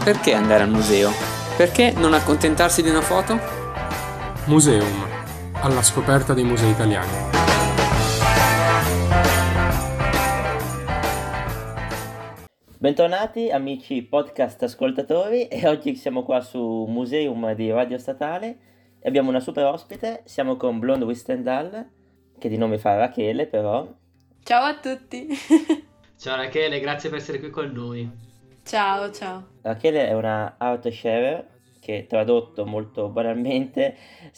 Perché andare al museo? Perché non accontentarsi di una foto? Museum, alla scoperta dei musei italiani. Bentornati amici podcast ascoltatori, e oggi siamo qua su Museum di Radio Statale e abbiamo una super ospite. Siamo con Blonde Wistendal, che di nome fa Rachele però. Ciao a tutti! Ciao Rachele, grazie per essere qui con noi. Ciao. Rachele è una art sharer, che tradotto molto banalmente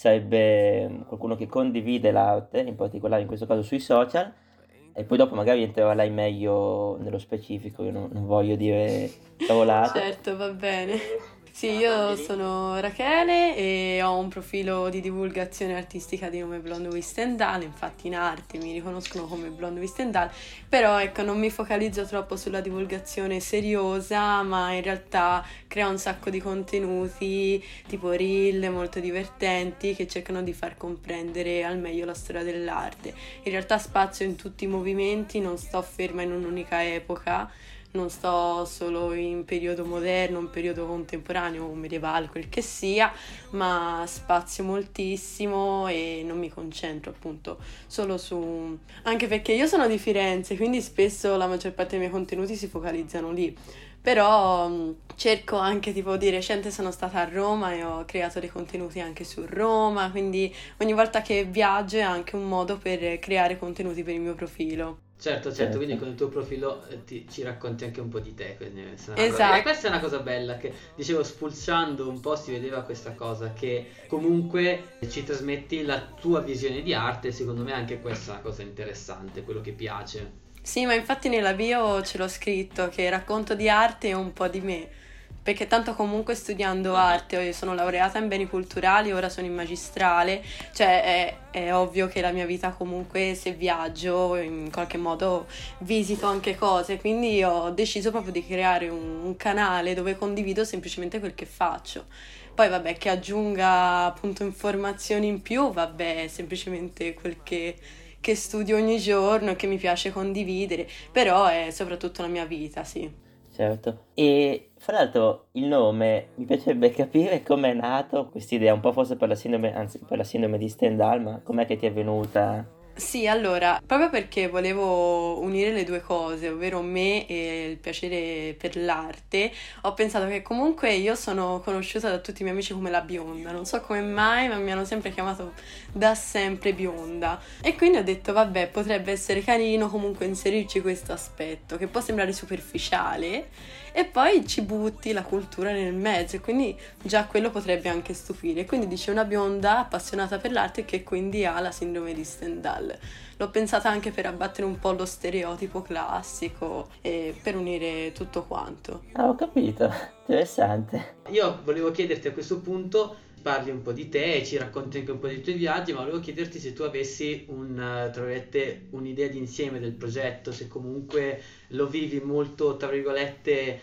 sarebbe qualcuno che condivide l'arte, in particolare in questo caso sui social, e poi dopo magari entrerà lei meglio nello specifico. Io non voglio dire cavolate. Certo, va bene. Sì, io sono Rachele e ho un profilo di divulgazione artistica di nome Blonde Wistendal, infatti in arte mi riconoscono come Blonde Wistendal, però ecco, non mi focalizzo troppo sulla divulgazione seriosa, ma in realtà creo un sacco di contenuti tipo reel molto divertenti che cercano di far comprendere al meglio la storia dell'arte. In realtà spazio in tutti i movimenti, non sto ferma in un'unica epoca. Non sto solo in periodo moderno, in periodo contemporaneo o medievale, quel che sia, ma spazio moltissimo e non mi concentro appunto solo su... Anche perché io sono di Firenze, quindi spesso la maggior parte dei miei contenuti si focalizzano lì. Però cerco anche, tipo di recente sono stata a Roma e ho creato dei contenuti anche su Roma, quindi ogni volta che viaggio è anche un modo per creare contenuti per il mio profilo. Certo, quindi con il tuo profilo ci racconti anche un po' di te. Esatto. E questa è una cosa bella, che dicevo, spulciando un po' si vedeva questa cosa, che comunque ci trasmetti la tua visione di arte. Secondo me anche questa è una cosa interessante, quello che piace. Sì, ma infatti nella bio ce l'ho scritto che racconto di arte e un po' di me, perché tanto comunque studiando arte, io sono laureata in beni culturali, ora sono in magistrale, cioè è ovvio che la mia vita comunque, se viaggio in qualche modo visito anche cose, quindi ho deciso proprio di creare un canale dove condivido semplicemente quel che faccio. Poi vabbè, che aggiunga appunto informazioni in più, vabbè, semplicemente quel che studio ogni giorno e che mi piace condividere, però è soprattutto la mia vita, sì. Certo. E fra l'altro il nome, mi piacerebbe capire com'è nato questa idea, un po' forse per la sindrome di Stendhal, ma com'è che ti è venuta? Sì, allora, proprio perché volevo unire le due cose, ovvero me e il piacere per l'arte, ho pensato che comunque io sono conosciuta da tutti i miei amici come la bionda, non so come mai, ma mi hanno sempre chiamato da sempre bionda. E quindi ho detto, vabbè, potrebbe essere carino comunque inserirci questo aspetto, che può sembrare superficiale, e poi ci butti la cultura nel mezzo, e quindi già quello potrebbe anche stupire. Quindi dice una bionda appassionata per l'arte che quindi ha la sindrome di Stendhal. L'ho pensata anche per abbattere un po' lo stereotipo classico e per unire tutto quanto. Ah, ho capito, interessante. Io volevo chiederti a questo punto, parli un po' di te e ci racconti anche un po' dei tuoi viaggi, ma volevo chiederti se tu avessi tra virgolette, un'idea d'insieme del progetto, se comunque lo vivi molto, tra virgolette,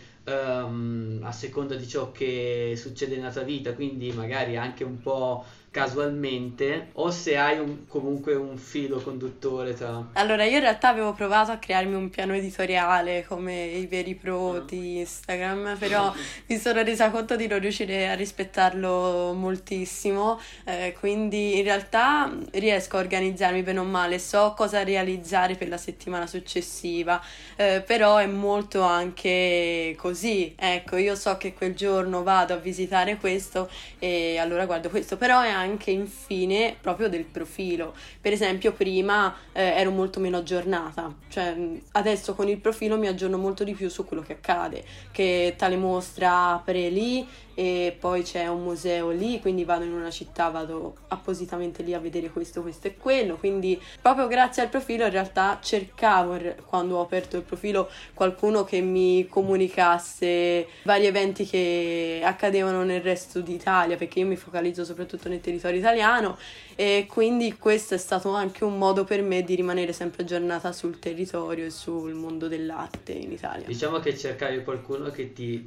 a seconda di ciò che succede nella tua vita, quindi magari anche un po' casualmente, o se hai comunque un filo conduttore tra... Allora, io in realtà avevo provato a crearmi un piano editoriale come i veri pro di Instagram, però mi sono resa conto di non riuscire a rispettarlo moltissimo, quindi in realtà riesco a organizzarmi bene o male, so cosa realizzare per la settimana successiva, però è molto anche così, ecco, io so che quel giorno vado a visitare questo e allora guardo questo, però è anche infine proprio del profilo. Per esempio prima ero molto meno aggiornata, cioè adesso con il profilo mi aggiorno molto di più su quello che accade, che tale mostra apre lì e poi c'è un museo lì, quindi vado in una città, vado appositamente lì a vedere questo e quello, quindi proprio grazie al profilo in realtà cercavo, quando ho aperto il profilo, qualcuno che mi comunicasse vari eventi che accadevano nel resto d'Italia, perché io mi focalizzo soprattutto nel territorio italiano, e quindi questo è stato anche un modo per me di rimanere sempre aggiornata sul territorio e sul mondo dell'arte in Italia. Diciamo che cercavi qualcuno che ti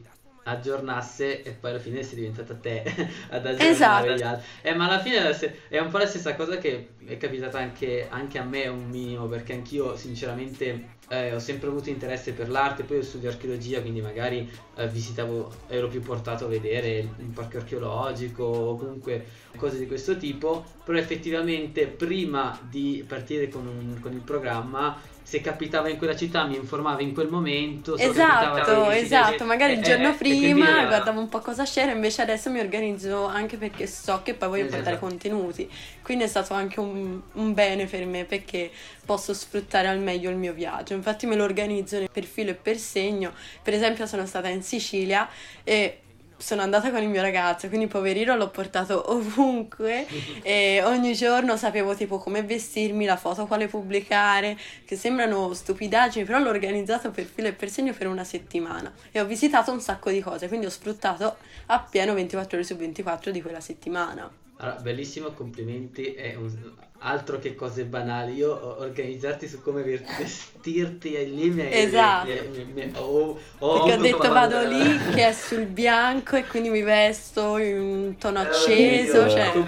aggiornasse e poi alla fine sei diventata te ad aggiornare gli altri. Ma alla fine è un po' la stessa cosa che è capitata anche a me un minimo, perché anch'io sinceramente ho sempre avuto interesse per l'arte. Poi io studio archeologia, quindi magari ero più portato a vedere un parco archeologico o comunque cose di questo tipo, però effettivamente prima di partire con il programma, se capitava in quella città mi informavo in quel momento. Esatto, magari il giorno prima era... guardavo un po' cosa c'era, invece adesso mi organizzo anche perché so che poi voglio portare contenuti, quindi è stato anche un bene per me, perché posso sfruttare al meglio il mio viaggio. Infatti me lo organizzo per filo e per segno. Per esempio sono stata in Sicilia e sono andata con il mio ragazzo, quindi poverino l'ho portato ovunque e ogni giorno sapevo tipo come vestirmi, la foto quale pubblicare, che sembrano stupidaggini, però l'ho organizzato per filo e per segno per una settimana e ho visitato un sacco di cose, quindi ho sfruttato appieno 24 ore su 24 di quella settimana. Allora, bellissimo, complimenti, altro che cose banali. Io organizzarti su come vestirti lì perché ho detto vado lì che è sul bianco e quindi mi vesto in un tono acceso,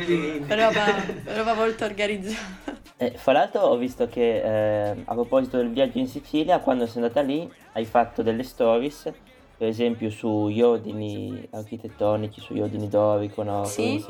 roba molto organizzata. Fra l'altro ho visto che a proposito del viaggio in Sicilia, quando sei andata lì hai fatto delle stories, per esempio sugli ordini architettonici, sugli ordini dorico, no? Sì.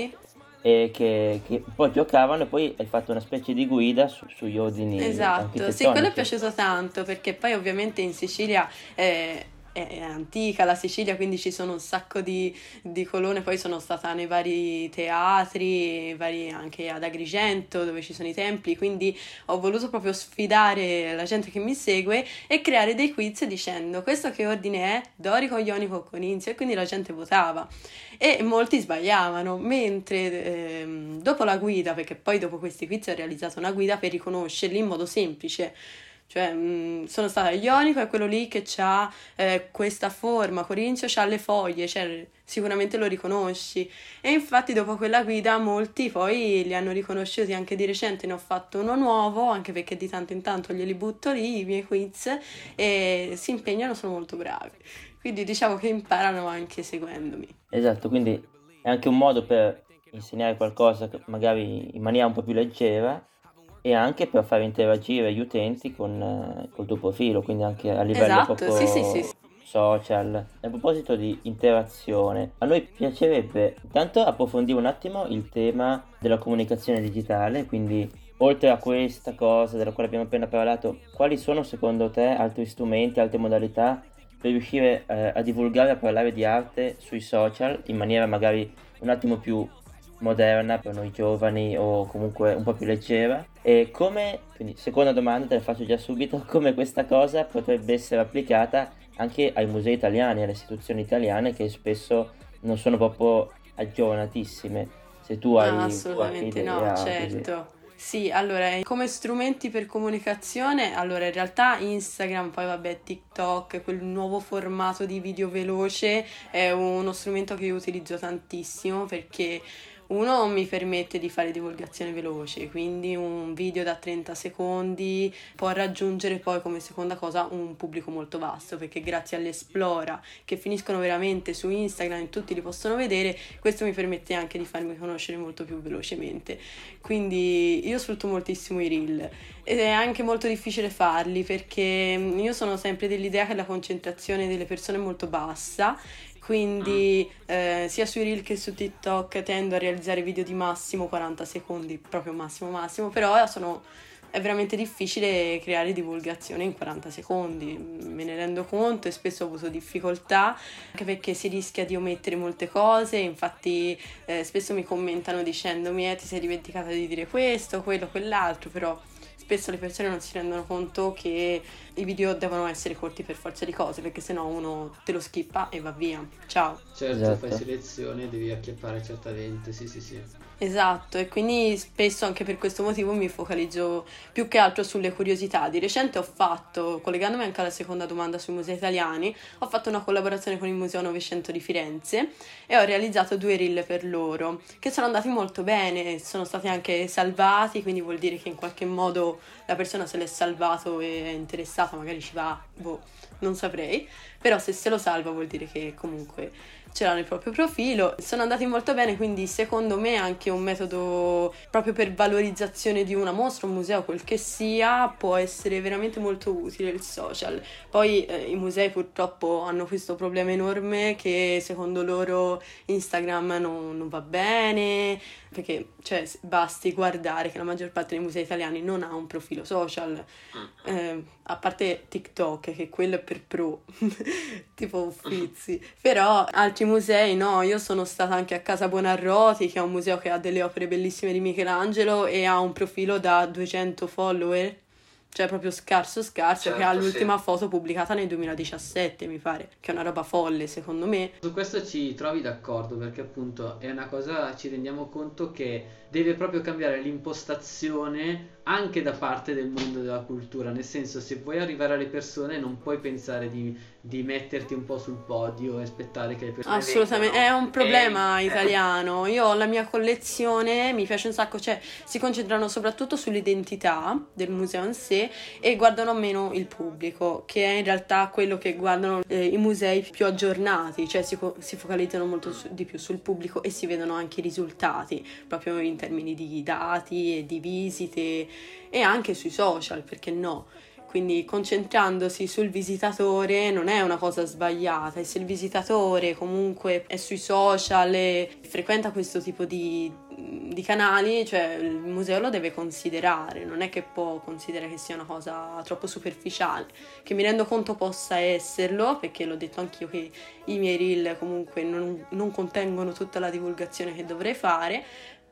E che poi giocavano, e poi hai fatto una specie di guida sugli ordini architettonici. Sì, quello è piaciuto tanto, perché poi ovviamente in Sicilia è antica la Sicilia, quindi ci sono un sacco di colonne. Poi sono stata nei vari teatri, anche ad Agrigento dove ci sono i templi, quindi ho voluto proprio sfidare la gente che mi segue e creare dei quiz dicendo: questo che ordine è? Dorico, ionico, corinzio? E quindi la gente votava e molti sbagliavano, mentre dopo la guida, perché poi dopo questi quiz ho realizzato una guida per riconoscerli in modo semplice. Cioè, sono stata ionico, è quello lì che ha questa forma, corinzio c'ha le foglie, cioè sicuramente lo riconosci. E infatti dopo quella guida molti poi li hanno riconosciuti anche di recente. Ne ho fatto uno nuovo, anche perché di tanto in tanto glieli butto lì, i miei quiz, e si impegnano, sono molto bravi. Quindi diciamo che imparano anche seguendomi. Esatto, quindi è anche un modo per insegnare qualcosa magari in maniera un po' più leggera, e anche per far interagire gli utenti con col tuo profilo, quindi anche a livello proprio social. A proposito di interazione, a noi piacerebbe intanto approfondire un attimo il tema della comunicazione digitale, quindi oltre a questa cosa della quale abbiamo appena parlato, quali sono secondo te altri strumenti, altre modalità per riuscire a divulgare, a parlare di arte sui social in maniera magari un attimo più moderna per noi giovani, o comunque un po' più leggera? E come, quindi seconda domanda te la faccio già subito, come questa cosa potrebbe essere applicata anche ai musei italiani, alle istituzioni italiane, che spesso non sono proprio aggiornatissime. Se tu hai assolutamente no, certo. Sì, allora, come strumenti per comunicazione, allora in realtà Instagram, poi vabbè TikTok, quel nuovo formato di video veloce è uno strumento che io utilizzo tantissimo, perché uno mi permette di fare divulgazione veloce, quindi un video da 30 secondi può raggiungere poi come seconda cosa un pubblico molto vasto, perché grazie all'Esplora che finiscono veramente su Instagram e tutti li possono vedere, questo mi permette anche di farmi conoscere molto più velocemente. Quindi io sfrutto moltissimo i reel ed è anche molto difficile farli, perché io sono sempre dell'idea che la concentrazione delle persone è molto bassa. Quindi sia sui reel che su TikTok tendo a realizzare video di massimo 40 secondi, proprio massimo, però è veramente difficile creare divulgazione in 40 secondi, me ne rendo conto, e spesso ho avuto difficoltà, anche perché si rischia di omettere molte cose. Infatti spesso mi commentano dicendomi ti sei dimenticata di dire questo, quello, quell'altro, però spesso le persone non si rendono conto che i video devono essere corti per forza di cose, perché sennò uno te lo skippa e va via. Ciao. Certo, esatto. Fai selezione, devi acchiappare certamente, sì. Esatto, e quindi spesso anche per questo motivo mi focalizzo più che altro sulle curiosità. Di recente ho fatto, collegandomi anche alla seconda domanda sui musei italiani, ho fatto una collaborazione con il Museo Novecento di Firenze e ho realizzato 2 reel per loro, che sono andati molto bene, sono stati anche salvati, quindi vuol dire che in qualche modo la persona se l'è salvato e è interessata, magari ci va, boh, non saprei, però se lo salva vuol dire che comunque ce l'ha nel proprio profilo. Sono andati molto bene, quindi secondo me è anche un metodo proprio per valorizzazione di una mostra, un museo, quel che sia, può essere veramente molto utile il social. Poi i musei purtroppo hanno questo problema enorme che secondo loro Instagram non va bene, perché cioè, basti guardare che la maggior parte dei musei italiani non ha un profilo social, a parte TikTok, che quello è per pro, tipo Uffizi, però altri musei no. Io sono stata anche a Casa Buonarroti, che è un museo che ha delle opere bellissime di Michelangelo e ha un profilo da 200 follower, cioè proprio scarso, Certo, che ha sì. l'ultima foto pubblicata nel 2017, mi pare, che è una roba folle secondo me. Su questo ci trovi d'accordo, perché appunto è una cosa, ci rendiamo conto che deve proprio cambiare l'impostazione anche da parte del mondo della cultura, nel senso, se vuoi arrivare alle persone non puoi pensare di metterti un po' sul podio e aspettare che le persone Assolutamente, vengano. è un problema italiano. Io ho la mia collezione, mi piace un sacco, cioè si concentrano soprattutto sull'identità del museo in sé e guardano meno il pubblico, che è in realtà quello che guardano i musei più aggiornati, cioè si focalizzano molto di più sul pubblico e si vedono anche i risultati, proprio in termini di dati e di visite e anche sui social, perché no? Quindi concentrandosi sul visitatore non è una cosa sbagliata, e se il visitatore comunque è sui social e frequenta questo tipo di canali, cioè il museo lo deve considerare, non è che può considerare che sia una cosa troppo superficiale, che mi rendo conto possa esserlo, perché l'ho detto anch'io che i miei reel comunque non contengono tutta la divulgazione che dovrei fare,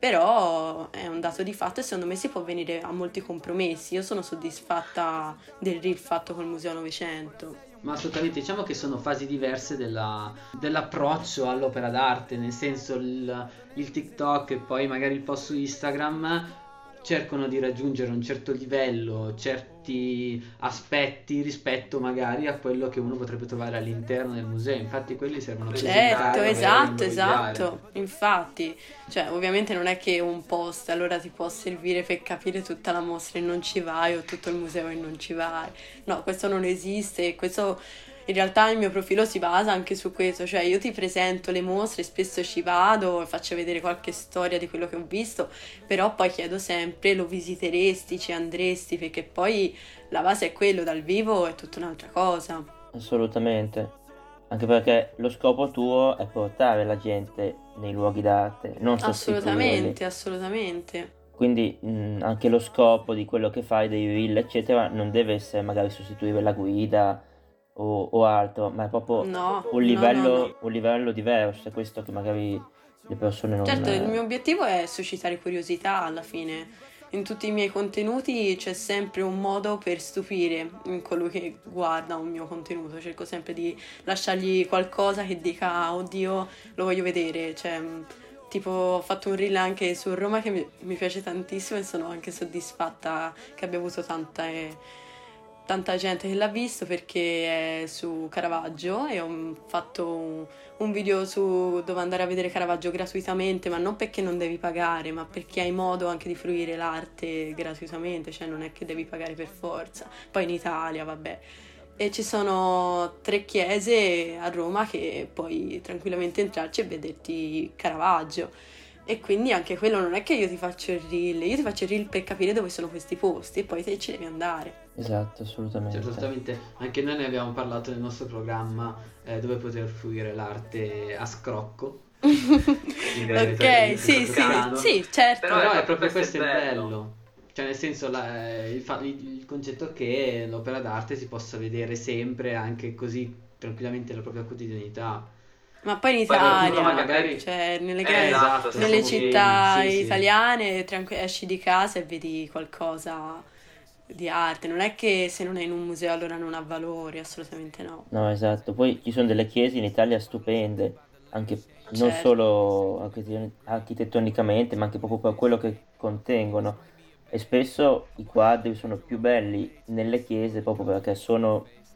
però è un dato di fatto e secondo me si può venire a molti compromessi. Io sono soddisfatta del reel fatto col Museo Novecento. Ma assolutamente, diciamo che sono fasi diverse dell'approccio all'opera d'arte, nel senso il TikTok e poi magari il post su Instagram cercano di raggiungere un certo livello, certi aspetti rispetto magari a quello che uno potrebbe trovare all'interno del museo. Infatti quelli servono per Certo, visitare, esatto, infatti, cioè ovviamente non è che un post allora ti può servire per capire tutta la mostra e non ci vai, o tutto il museo e non ci vai, no, questo non esiste, questo in realtà il mio profilo si basa anche su questo, cioè io ti presento le mostre, spesso ci vado, faccio vedere qualche storia di quello che ho visto, però poi chiedo sempre: lo visiteresti, ci andresti? Perché poi la base è quello, dal vivo è tutta un'altra cosa. Assolutamente. Anche perché lo scopo tuo è portare la gente nei luoghi d'arte, non sostituirli. Assolutamente. Quindi anche lo scopo di quello che fai, dei reel, eccetera, non deve essere magari sostituire la guida o altro, ma è proprio No, un livello, no. un livello diverso, è questo che magari le persone non... Certo, il mio obiettivo è suscitare curiosità alla fine. In tutti i miei contenuti c'è sempre un modo per stupire in colui che guarda un mio contenuto. Cerco sempre di lasciargli qualcosa che dica: oddio, lo voglio vedere. Cioè, tipo, ho fatto un reel anche su Roma che mi piace tantissimo e sono anche soddisfatta che abbia avuto tanta gente che l'ha visto, perché è su Caravaggio e ho fatto un video su dove andare a vedere Caravaggio gratuitamente, ma non perché non devi pagare, ma perché hai modo anche di fruire l'arte gratuitamente, cioè non è che devi pagare per forza. Poi in Italia, vabbè. E ci sono 3 chiese a Roma che puoi tranquillamente entrarci e vederti Caravaggio. E quindi anche quello non è che io ti faccio il reel, io ti faccio il reel per capire dove sono questi posti e poi te ci devi andare. Esatto, assolutamente. Certo, assolutamente, anche noi ne abbiamo parlato nel nostro programma dove poter fruire l'arte a scrocco. Ok, sì, certo. Però è proprio questo il bello. Cioè nel senso il concetto che l'opera d'arte si possa vedere sempre, anche così tranquillamente nella propria quotidianità. Ma poi in Poi Italia, magari- cioè nelle esatto, sì, nelle sì, città sì, sì. italiane esci di casa e vedi qualcosa di arte. Non è che se non è in un museo allora non ha valore, assolutamente no. No, esatto. Poi ci sono delle chiese in Italia stupende, anche non Certo. solo architettonicamente, ma anche proprio per quello che contengono. E spesso i quadri sono più belli nelle chiese proprio perché sono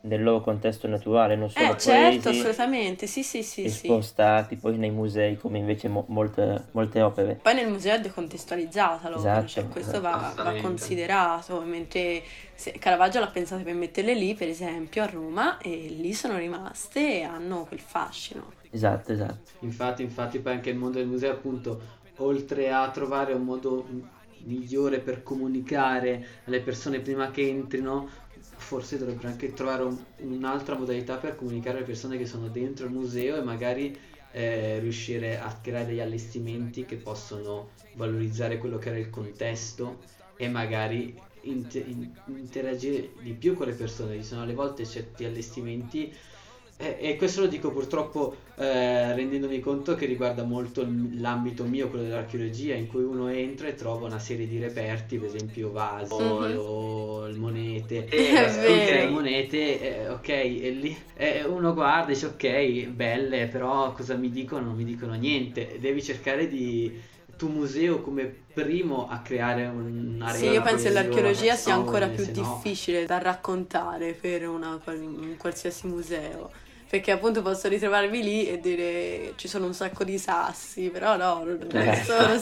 nel loro contesto naturale, non sono Certo, presi assolutamente, sì, sì, e sì, sì. spostati poi nei musei come invece molte opere. Poi nel museo è decontestualizzata l'opera, Esatto, cioè questo esatto. va Assolutamente. considerato, mentre Caravaggio l'ha pensato per metterle lì, per esempio, a Roma, e lì sono rimaste e hanno quel fascino. Esatto. Infatti poi anche il mondo del museo, appunto, oltre a trovare un modo migliore per comunicare alle persone prima che entrino, forse dovrebbero anche trovare un'altra modalità per comunicare alle persone che sono dentro il museo e magari riuscire a creare degli allestimenti che possono valorizzare quello che era il contesto e magari interagire di più con le persone. Ci sono alle volte certi allestimenti e questo lo dico purtroppo rendendomi conto che riguarda molto l'ambito mio, quello dell'archeologia, in cui uno entra e trova una serie di reperti, per esempio vasi o monete, vero. monete, ok, e lì uno guarda e dice ok, belle, però cosa mi dicono? Non mi dicono niente. Devi cercare di tuo museo come primo a creare un'area. Sì, io penso che l'archeologia sia ancora più se no- difficile da raccontare per un qualsiasi museo, perché appunto posso ritrovarmi lì e dire ci sono un sacco di sassi, però no, non sono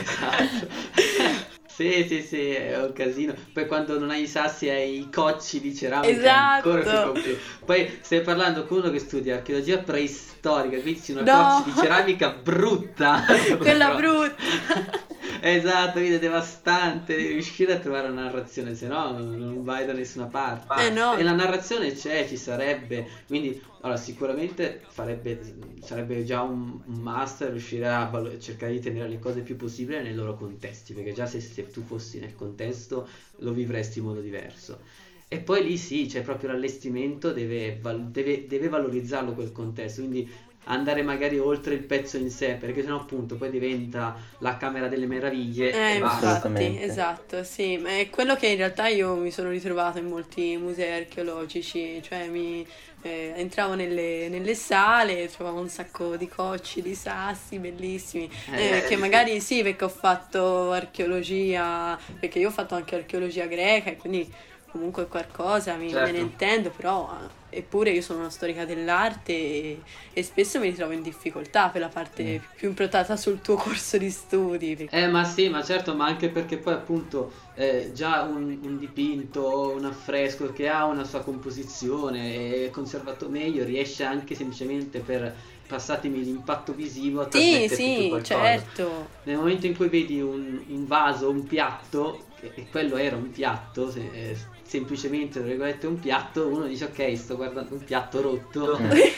Sì, è un casino. Poi quando non hai i sassi hai i cocci di ceramica, Esatto. ancora più complicato. Poi stai parlando con uno che studia archeologia preistorica, quindi c'è una No. cocci di ceramica brutta. quella brutta. Esatto, quindi è devastante, devi riuscire a trovare una narrazione, se no non vai da nessuna parte. No. E la narrazione ci sarebbe, quindi allora, sicuramente sarebbe già un must riuscire a cercare di tenere le cose più possibile nei loro contesti, perché già se tu fossi nel contesto lo vivresti in modo diverso. E poi lì sì, c'è proprio l'allestimento, deve valorizzarlo quel contesto, quindi andare magari oltre il pezzo in sé, perché sennò appunto poi diventa la Camera delle Meraviglie e basta. Infatti, Assolutamente. esatto, sì, ma è quello che in realtà io mi sono ritrovata in molti musei archeologici, cioè entravo nelle sale, trovavo un sacco di cocci, di sassi bellissimi, che magari sì, perché ho fatto archeologia, perché io ho fatto anche archeologia greca e quindi comunque qualcosa me ne intendo, però eppure io sono una storica dell'arte e spesso mi ritrovo in difficoltà per la parte più improntata sul tuo corso di studi. Ma sì, ma certo, ma anche perché poi appunto già un dipinto, un affresco che ha una sua composizione e conservato meglio riesce anche semplicemente per, passatemi l'impatto visivo, a trasmetterti più Sì, qualcosa. certo. Nel momento in cui vedi un vaso, un piatto, e quello era un piatto, semplicemente tra virgolette un piatto, uno dice ok, sto guardando un piatto rotto,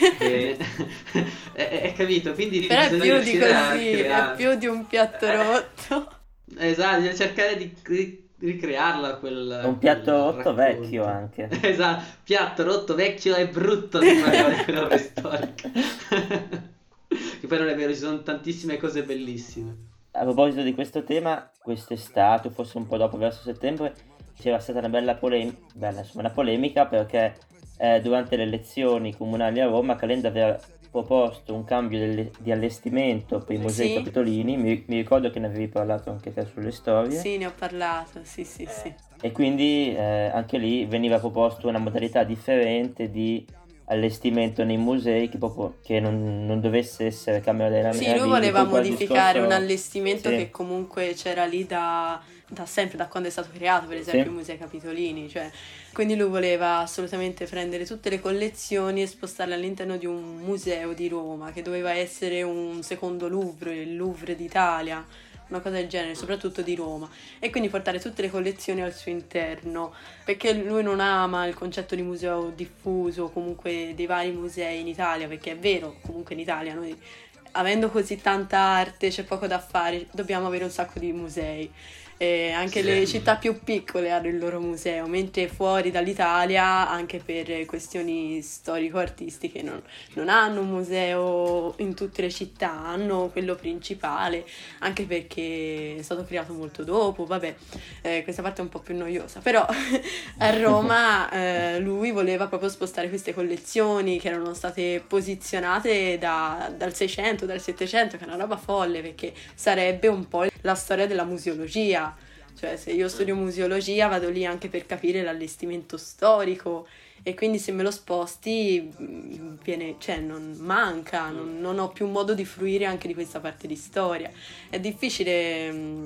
è capito? Quindi Però è bisogna più di riuscire a così, è creare- più di un piatto rotto. Esatto, bisogna cercare di ricrearla Un piatto quel rotto racconto. vecchio anche. Esatto, piatto rotto, vecchio e brutto di quella preistorica. Che poi non è vero, ci sono tantissime cose bellissime. A proposito di questo tema, quest'estate, forse un po' dopo, verso settembre, c'era stata una bella una polemica perché durante le elezioni comunali a Roma Calenda aveva proposto un cambio di allestimento per i musei Sì. capitolini. Mi ricordo che ne avevi parlato anche te sulle storie. Sì, ne ho parlato, sì. E quindi anche lì veniva proposto una modalità differente di allestimento nei musei che non dovesse essere Camera della Sì, Meraviglia. lui voleva poi quel modificare discorso- un allestimento sì. che comunque c'era lì da sempre, da quando è stato creato, per esempio Sì. i musei capitolini, cioè, quindi lui voleva assolutamente prendere tutte le collezioni e spostarle all'interno di un museo di Roma, che doveva essere un secondo Louvre, il Louvre d'Italia, una cosa del genere, soprattutto di Roma, e quindi portare tutte le collezioni al suo interno, perché lui non ama il concetto di museo diffuso, comunque dei vari musei in Italia, perché è vero, comunque in Italia noi, avendo così tanta arte, c'è poco da fare, dobbiamo avere un sacco di musei. E anche le città più piccole hanno il loro museo, mentre fuori dall'Italia, anche per questioni storico-artistiche, non hanno un museo in tutte le città, hanno quello principale, anche perché è stato creato molto dopo, vabbè, questa parte è un po' più noiosa, però a Roma lui voleva proprio spostare queste collezioni che erano state posizionate dal 600, dal 700, che è una roba folle, perché sarebbe un po' la storia della museologia. cioè se io studio museologia vado lì anche per capire l'allestimento storico e quindi se me lo sposti viene, cioè non manca, non ho più modo di fruire anche di questa parte di storia. È difficile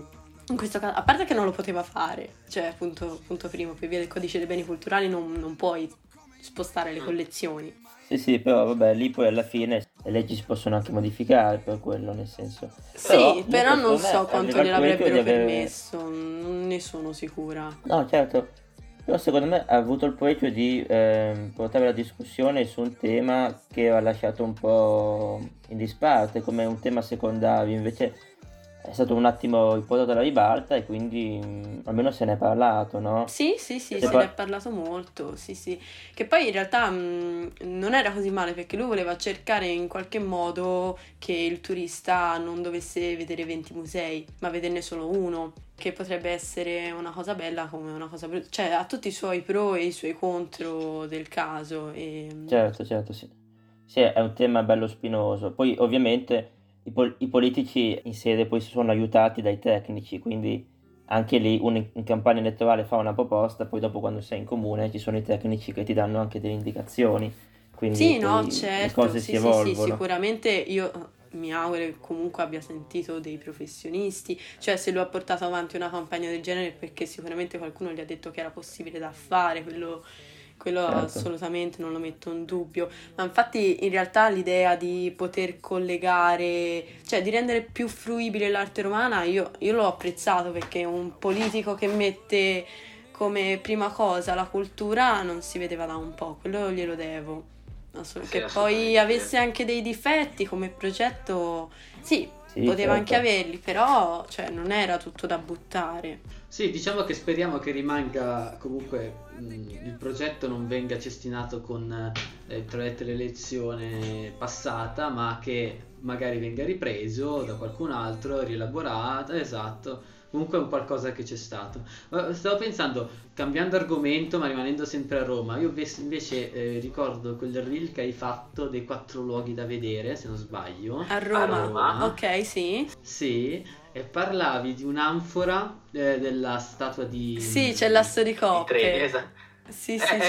in questo caso, a parte che non lo poteva fare, cioè punto primo, per via del codice dei beni culturali non puoi spostare le collezioni. Sì, però vabbè, lì poi alla fine le leggi si possono anche modificare per quello, nel senso. Sì, però non secondo me so quanto arriva il momento gliel'avrebbero di avere- permesso, non ne sono sicura. No, certo, però secondo me ha avuto il pregio di portare la discussione su un tema che aveva lasciato un po' in disparte, come un tema secondario, invece è stato un attimo riportato alla ribalta e quindi almeno se ne è parlato, no? Sì, se ne è parlato molto, sì. Che poi in realtà non era così male perché lui voleva cercare in qualche modo che il turista non dovesse vedere 20 musei, ma vederne solo uno, che potrebbe essere una cosa bella come una cosa brutta. Cioè ha tutti i suoi pro e i suoi contro del caso. Certo, sì. Sì, è un tema bello spinoso. Poi ovviamente i politici in sede poi si sono aiutati dai tecnici, quindi anche lì uno in campagna elettorale fa una proposta, poi dopo quando sei in comune ci sono i tecnici che ti danno anche delle indicazioni, quindi Sì, poi no, le certo, cose si evolvono. sicuramente io mi auguro che comunque abbia sentito dei professionisti, cioè se lui ha portato avanti una campagna del genere è perché sicuramente qualcuno gli ha detto che era possibile da fare, quello Certo. assolutamente non lo metto in dubbio, ma infatti in realtà l'idea di poter collegare, cioè di rendere più fruibile l'arte romana, io l'ho apprezzato perché un politico che mette come prima cosa la cultura non si vedeva da un po', quello glielo devo. Che poi avesse anche dei difetti come progetto, sì, poteva certo. anche averli, però cioè, non era tutto da buttare. Sì, diciamo che speriamo che rimanga comunque il progetto non venga cestinato con tra virgolette, l'elezione passata, ma che magari venga ripreso da qualcun altro, rielaborato, esatto. Comunque è un qualcosa che c'è stato. Stavo pensando, cambiando argomento ma rimanendo sempre a Roma, io invece ricordo quel reel che hai fatto dei 4 luoghi da vedere, se non sbaglio. A Roma. Ok, sì. Sì, e parlavi di un'anfora della statua di... Sì, c'è l'asso di coppe. Trevi, esatto. Sì,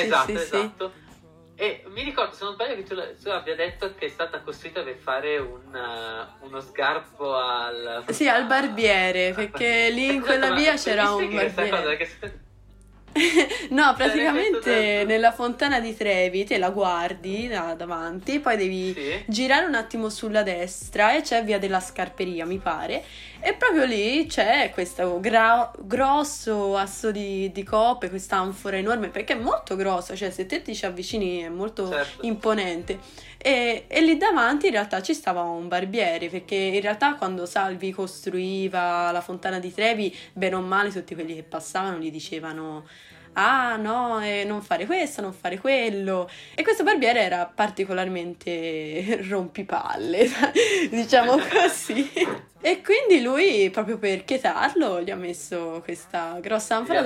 Esatto. E mi ricordo, se non sbaglio, che tu abbia detto che è stata costruita per fare uno sgarbo al... Sì, al barbiere, perché lì in quella via c'era un barbiere. No, praticamente nella fontana di Trevi te la guardi da davanti, poi devi girare un attimo sulla destra e c'è via della Scarperia, mi pare, e proprio lì c'è questo grosso asso di coppe, questa anfora enorme, perché è molto grossa, cioè se te ti ci avvicini è molto imponente. E lì davanti in realtà ci stava un barbiere, perché in realtà quando Salvi costruiva la fontana di Trevi, bene o male tutti quelli che passavano gli dicevano ah no, non fare questo, non fare quello, e questo barbiere era particolarmente rompipalle, diciamo così. E quindi lui, proprio per chetarlo, gli ha messo questa grossa anfora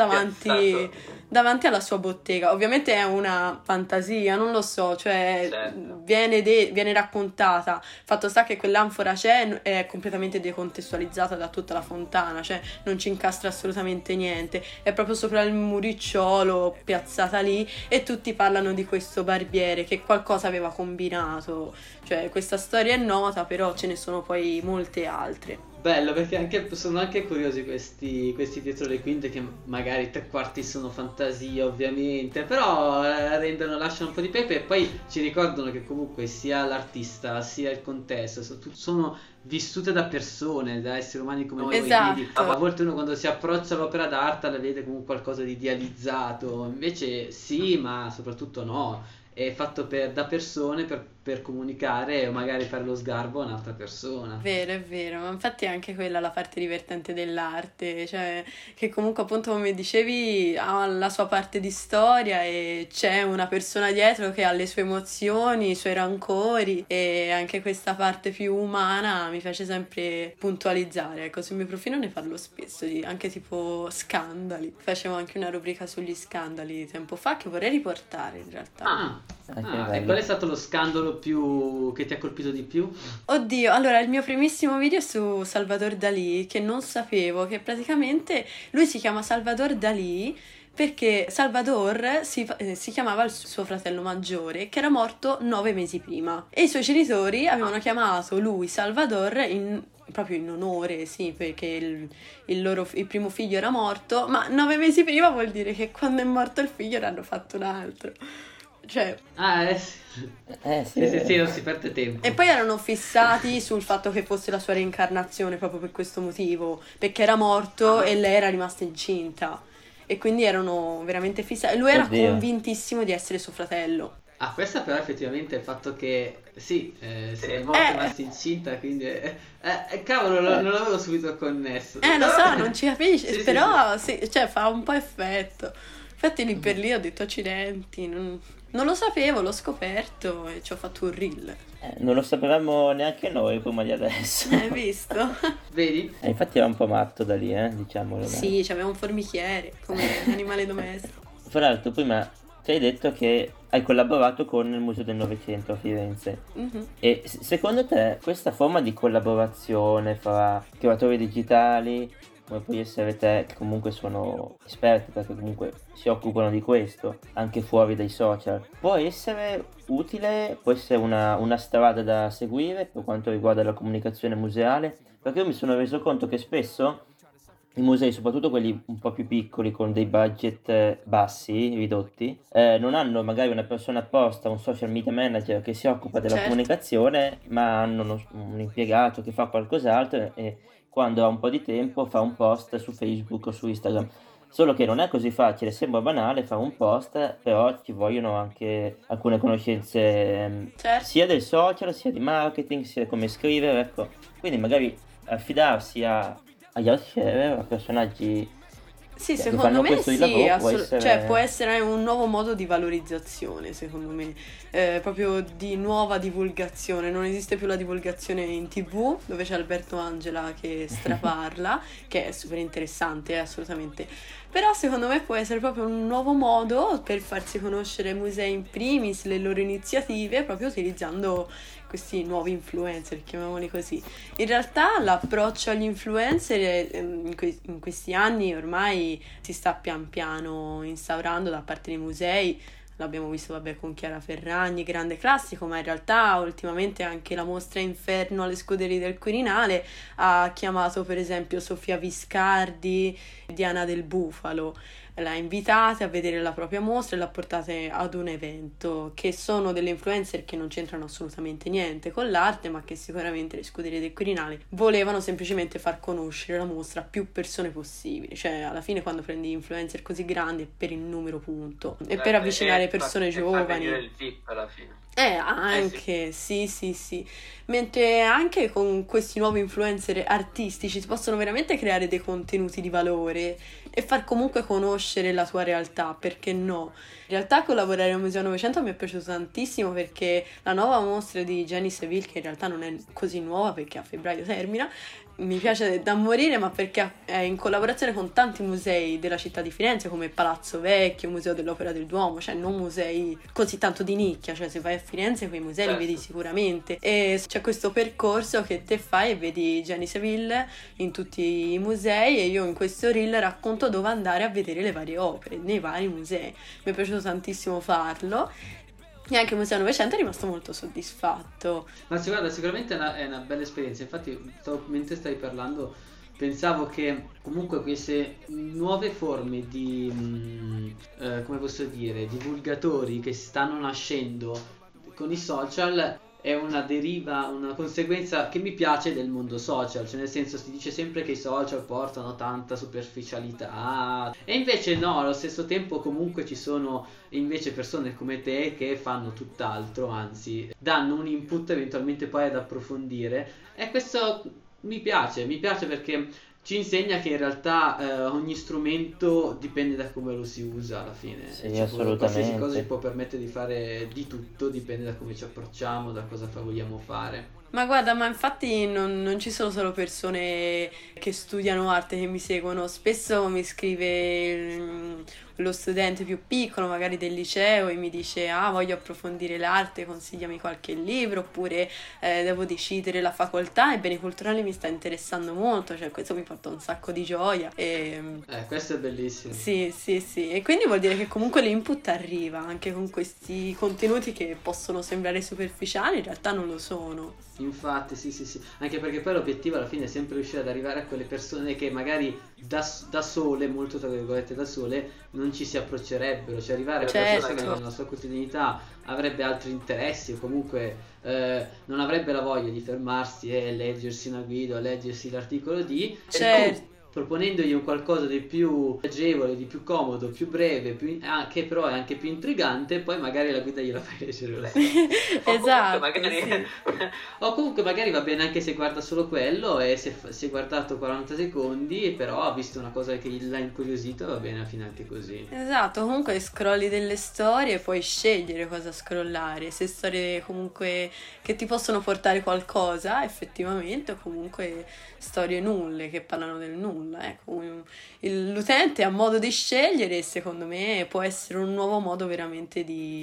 davanti alla sua bottega. Ovviamente è una fantasia, non lo so, cioè viene raccontata. Fatto sta che quell'anfora c'è, è completamente decontestualizzata da tutta la fontana, cioè non ci incastra assolutamente niente. È proprio sopra il muricciolo, piazzata lì, e tutti parlano di questo barbiere che qualcosa aveva combinato. Cioè questa storia è nota, però ce ne sono poi molte altre. Bello, perché sono anche curiosi questi dietro le quinte, che magari 3/4 sono fantasia ovviamente, però lasciano un po' di pepe, e poi ci ricordano che comunque sia l'artista sia il contesto sono vissute da persone, da esseri umani come noi. Esatto. Quindi a volte uno quando si approccia all'opera d'arte la vede come qualcosa di idealizzato, invece sì, ma soprattutto no. È fatto da persone per comunicare o magari fare lo sgarbo a un'altra persona. Vero, è vero, ma infatti è anche quella la parte divertente dell'arte, cioè che comunque appunto come dicevi ha la sua parte di storia e c'è una persona dietro che ha le sue emozioni, i suoi rancori, e anche questa parte più umana mi piace sempre puntualizzare. Ecco, sul mio profilo ne parlo spesso, anche tipo scandali. Facevo anche una rubrica sugli scandali tempo fa che vorrei riportare in realtà. che E bello. qual è stato lo scandalo più che ti ha colpito di più? Oddio, allora il mio primissimo video è su Salvador Dalì, che non sapevo, che praticamente lui si chiama Salvador Dalì perché Salvador si chiamava il suo fratello maggiore, che era morto 9 mesi prima, e i suoi genitori avevano chiamato lui Salvador proprio in onore, sì, perché il primo figlio era morto, ma 9 mesi prima vuol dire che quando è morto il figlio ne hanno fatto un altro. Cioè, Sì, non si perde tempo. e poi erano fissati sul fatto che fosse la sua reincarnazione proprio per questo motivo, perché era morto e lei era rimasta incinta. E quindi erano veramente fissati. Lui era Oddio. convintissimo di essere suo fratello. Questa però effettivamente il fatto che sì, sei morta e rimasta incinta, quindi cavolo, non l'avevo subito connesso. Lo so, non ci capisci, Sì, però sì, cioè, fa un po' effetto. Infatti lì per lì ho detto accidenti, non lo sapevo, l'ho scoperto e ci ho fatto un reel. Non lo sapevamo neanche noi prima di adesso. Hai visto? Vedi? Infatti era un po' matto da lì, diciamolo. dai. Sì, c'aveva un formichiere come animale domestico. Fra l'altro prima ti hai detto che hai collaborato con il Museo del Novecento a Firenze. Mhm. E secondo te questa forma di collaborazione fra creatori digitali, come puoi essere te, che comunque sono esperti perché comunque si occupano di questo, anche fuori dai social, può essere utile, può essere una strada da seguire per quanto riguarda la comunicazione museale? Perché io mi sono reso conto che spesso i musei, soprattutto quelli un po' più piccoli, con dei budget bassi, ridotti, non hanno magari una persona apposta, un social media manager che si occupa della Certo. comunicazione, ma hanno un impiegato che fa qualcos'altro e quando ha un po' di tempo fa un post su Facebook o su Instagram. Solo che non è così facile, sembra banale fare un post, però ci vogliono anche alcune conoscenze Certo. sia del social, sia di marketing, sia come scrivere, ecco. Quindi magari affidarsi agli outsider, a personaggi Sì, che secondo fanno me questo di sì, lavoro, può essere... cioè può essere un nuovo modo di valorizzazione, secondo me, proprio di nuova divulgazione. Non esiste più la divulgazione in TV, dove c'è Alberto Angela che straparla, che è super interessante, assolutamente. Però secondo me può essere proprio un nuovo modo per farsi conoscere musei in primis, le loro iniziative, proprio utilizzando questi nuovi influencer, chiamiamoli così. In realtà l'approccio agli influencer in questi anni ormai si sta pian piano instaurando da parte dei musei. L'abbiamo visto, vabbè, con Chiara Ferragni, grande classico, ma in realtà ultimamente anche la mostra Inferno alle Scuderie del Quirinale ha chiamato per esempio Sofia Viscardi, Diana del Bufalo. L'ha invitate a vedere la propria mostra e l'ha portate ad un evento, che sono delle influencer che non c'entrano assolutamente niente con l'arte, ma che sicuramente le Scuderie del Quirinale volevano semplicemente far conoscere la mostra a più persone possibili. Cioè, alla fine, quando prendi influencer così grandi è per il numero, punto, e per avvicinare persone giovani. Far venire il VIP alla fine. Anche, sì. Mentre anche con questi nuovi influencer artistici si possono veramente creare dei contenuti di valore e far comunque conoscere la tua realtà, perché no? In realtà collaborare al Museo Novecento mi è piaciuto tantissimo, perché la nuova mostra di Jenny Seville, che in realtà non è così nuova perché a febbraio termina, mi piace da morire, ma perché è in collaborazione con tanti musei della città di Firenze, come Palazzo Vecchio, Museo dell'Opera del Duomo, cioè non musei così tanto di nicchia, cioè se vai a Firenze quei musei li vedi sicuramente, e c'è questo percorso che te fai e vedi Jenny Seville in tutti i musei, e io in questo reel racconto dove andare a vedere le varie opere nei vari musei. Mi è piaciuto tantissimo farlo. E anche il Museo Novecento è rimasto molto soddisfatto. Ma sicuramente è una bella esperienza. Infatti, mentre stai parlando, pensavo che comunque queste nuove forme di, come posso dire, divulgatori che stanno nascendo con i social è una deriva, una conseguenza che mi piace del mondo social, cioè nel senso si dice sempre che i social portano tanta superficialità e invece no, allo stesso tempo comunque ci sono invece persone come te che fanno tutt'altro, anzi danno un input eventualmente poi ad approfondire, e questo mi piace perché ci insegna che in realtà ogni strumento dipende da come lo si usa alla fine. Sì, Cioè, assolutamente. qualsiasi cosa ci può permettere di fare di tutto, dipende da come ci approcciamo, da cosa vogliamo fare. Ma guarda, ma infatti non ci sono solo persone che studiano arte che mi seguono, spesso mi scrive lo studente più piccolo, magari del liceo, e mi dice voglio approfondire l'arte, consigliami qualche libro, oppure devo decidere la facoltà, e beni culturali mi sta interessando molto, cioè questo mi porta un sacco di gioia. Questo è bellissimo. Sì, e quindi vuol dire che comunque l'input arriva anche con questi contenuti che possono sembrare superficiali, in realtà non lo sono. Infatti, sì, anche perché poi l'obiettivo alla fine è sempre riuscire ad arrivare a quelle persone che magari da sole, molto tra virgolette da sole, non ci si approccerebbero, cioè arrivare a una persona che nella sua quotidianità avrebbe altri interessi o comunque non avrebbe la voglia di fermarsi e leggersi una guida o leggersi l'articolo proponendogli un qualcosa di più agevole, di più comodo, più breve, che però è anche più intrigante, poi magari la guida gliela fai leggere lei. Esatto. O comunque magari va bene anche se guarda solo quello e si è guardato 40 secondi, però ha visto una cosa che l'ha incuriosito, va bene fino anche così. Esatto, comunque scrolli delle storie e puoi scegliere cosa scrollare, se storie comunque che ti possono portare qualcosa effettivamente, o comunque storie nulle che parlano del nulla. Ecco, l'utente ha modo di scegliere, e secondo me può essere un nuovo modo veramente di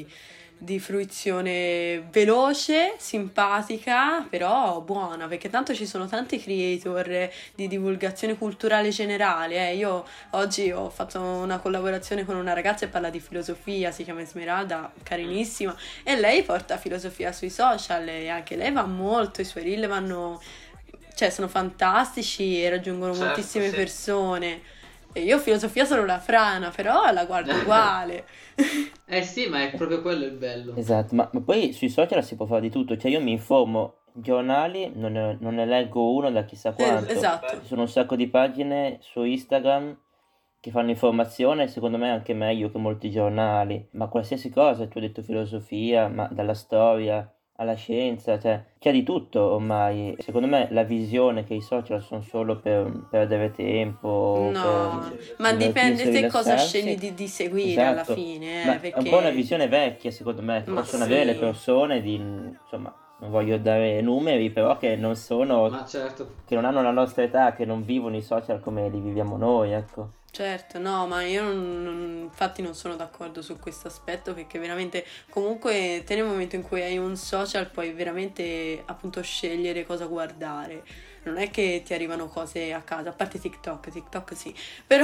fruizione veloce, simpatica, però buona, perché tanto ci sono tanti creator di divulgazione culturale generale. Io oggi ho fatto una collaborazione con una ragazza e parla di filosofia, si chiama Esmeralda, carinissima, e lei porta filosofia sui social e anche lei va molto, i suoi reel sono fantastici e raggiungono moltissime persone. E io filosofia sono una frana, però la guardo uguale. Sì, ma è proprio quello il bello. Esatto, ma poi sui social si può fare di tutto, cioè io mi informo, giornali, non ne leggo uno da chissà quanto. Esatto. Ci sono un sacco di pagine su Instagram che fanno informazione, secondo me anche meglio che molti giornali, ma qualsiasi cosa, tu hai detto filosofia, ma dalla storia alla scienza, cioè c'è di tutto ormai. Secondo me la visione che i social sono solo per perdere tempo, ma dipende te cosa rilassarsi. scegli di seguire alla fine, ma perché è un po' una visione vecchia, secondo me, che possono avere le persone insomma, non voglio dare numeri, però che non sono, ma certo, che non hanno la nostra età, che non vivono i social come li viviamo noi, ecco. Certo, no, ma io infatti non sono d'accordo su questo aspetto, perché veramente comunque te nel momento in cui hai un social puoi veramente appunto scegliere cosa guardare. Non è che ti arrivano cose a casa, a parte TikTok sì, però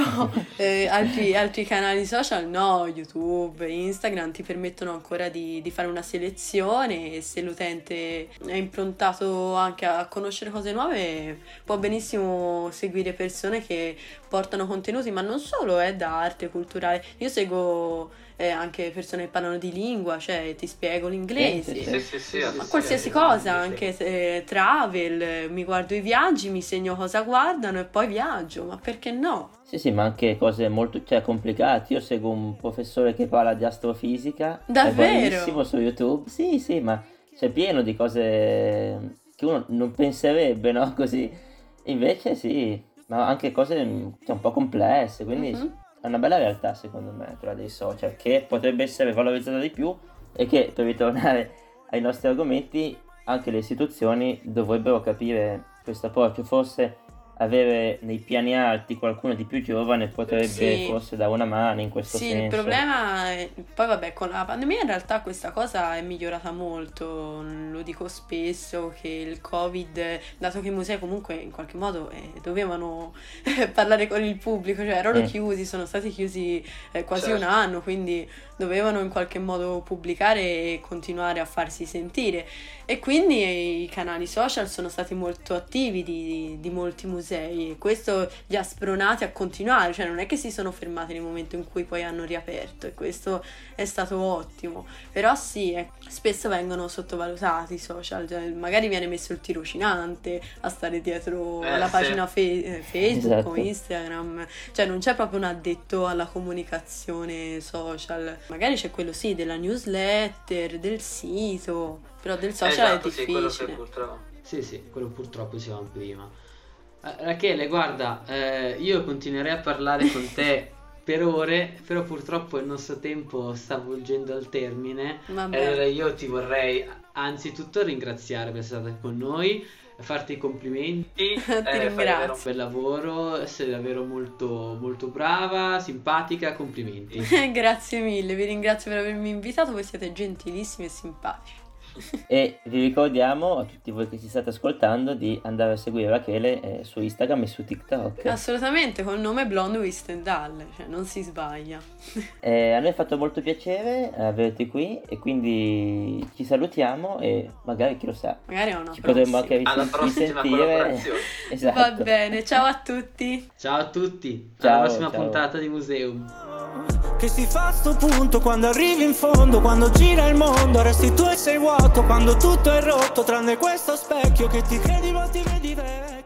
altri canali social no, YouTube, Instagram ti permettono ancora di fare una selezione, e se l'utente è improntato anche a conoscere cose nuove può benissimo seguire persone che portano contenuti, ma non solo d'arte, culturale. Io seguo anche persone che parlano di lingua, cioè ti spiego l'inglese, ma qualsiasi cosa, anche travel, mi guardo i viaggi, mi segno cosa guardano e poi viaggio, ma perché no? Sì, ma anche cose molto complicate. Io seguo un professore che parla di astrofisica, davvero? È bellissimo su YouTube, sì, ma c'è pieno di cose che uno non penserebbe, no? Così, invece sì, ma anche cose un po' complesse, quindi è una bella realtà secondo me quella dei social, che potrebbe essere valorizzata di più, e che, per ritornare ai nostri argomenti, anche le istituzioni dovrebbero capire questo approccio. Forse avere nei piani alti qualcuno di più giovane potrebbe forse dare una mano in questo senso. Sì, il problema è, poi vabbè, con la pandemia in realtà questa cosa è migliorata molto, lo dico spesso, che il Covid, dato che i musei comunque in qualche modo dovevano parlare con il pubblico, cioè erano chiusi, sono stati chiusi quasi un anno, quindi dovevano in qualche modo pubblicare e continuare a farsi sentire, e quindi i canali social sono stati molto attivi di molti musei, e questo li ha spronati a continuare, cioè non è che si sono fermati nel momento in cui poi hanno riaperto, e questo è stato ottimo. Però sì, spesso vengono sottovalutati i social, cioè magari viene messo il tirocinante a stare dietro la pagina Facebook o Instagram, cioè non c'è proprio un addetto alla comunicazione social. Magari c'è quello della newsletter, del sito, però del social è difficile. Sì, quello purtroppo. Sì, quello purtroppo dicevamo prima. Rachele, guarda, io continuerei a parlare con te per ore, però purtroppo il nostro tempo sta volgendo al termine. Allora io ti vorrei anzitutto ringraziare per essere stata con noi, farti i complimenti. Ti ringrazio. Per lavoro, sei davvero molto, molto brava, simpatica, complimenti. Grazie mille, vi ringrazio per avermi invitato, voi siete gentilissimi e simpatici. E vi ricordiamo a tutti voi che ci state ascoltando di andare a seguire Rachele su Instagram e su TikTok. Assolutamente, col nome Blonde with Stendhal, cioè non si sbaglia. A noi è fatto molto piacere averti qui e quindi ci salutiamo e magari chi lo sa, Magari a una ci prossima. potremmo anche Alla prossima risentire. collaborazione. Esatto. Va bene, ciao a tutti. Ciao a tutti, Ciao, alla prossima ciao. puntata di Museum. Che si fa a sto punto quando arrivi in fondo, quando gira il mondo, resti tu e sei vuoto, quando tutto è rotto, tranne questo specchio che ti credi ma ti vedi vecchio.